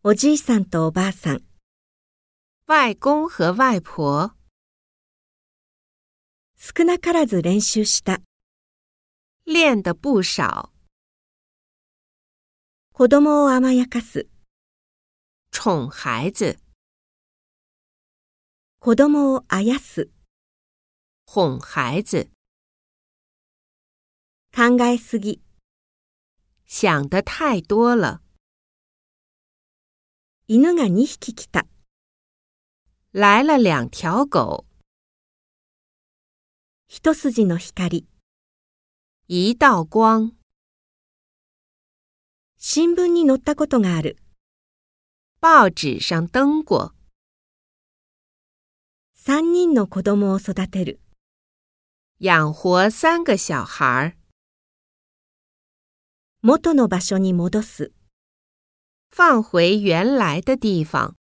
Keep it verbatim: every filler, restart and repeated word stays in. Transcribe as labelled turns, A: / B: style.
A: おじいさんとおばあさん。
B: 外公和外婆。
A: 少なからず練習した。
B: 练得不少。
A: 子供を甘やかす。
B: 宠孩子。
A: 子供をあやす。
B: 哄孩子。
A: 考えすぎ。
B: 想得太多了。
A: 犬がにひき来た。
B: 来了两条狗。
A: 一筋の光。
B: 一道光。
A: 新聞に載ったことがある。
B: 報紙上登过。
A: 三人の子供を育てる。
B: 養活三个小孩。
A: 元の場所に戻す。
B: 放回原来的地方。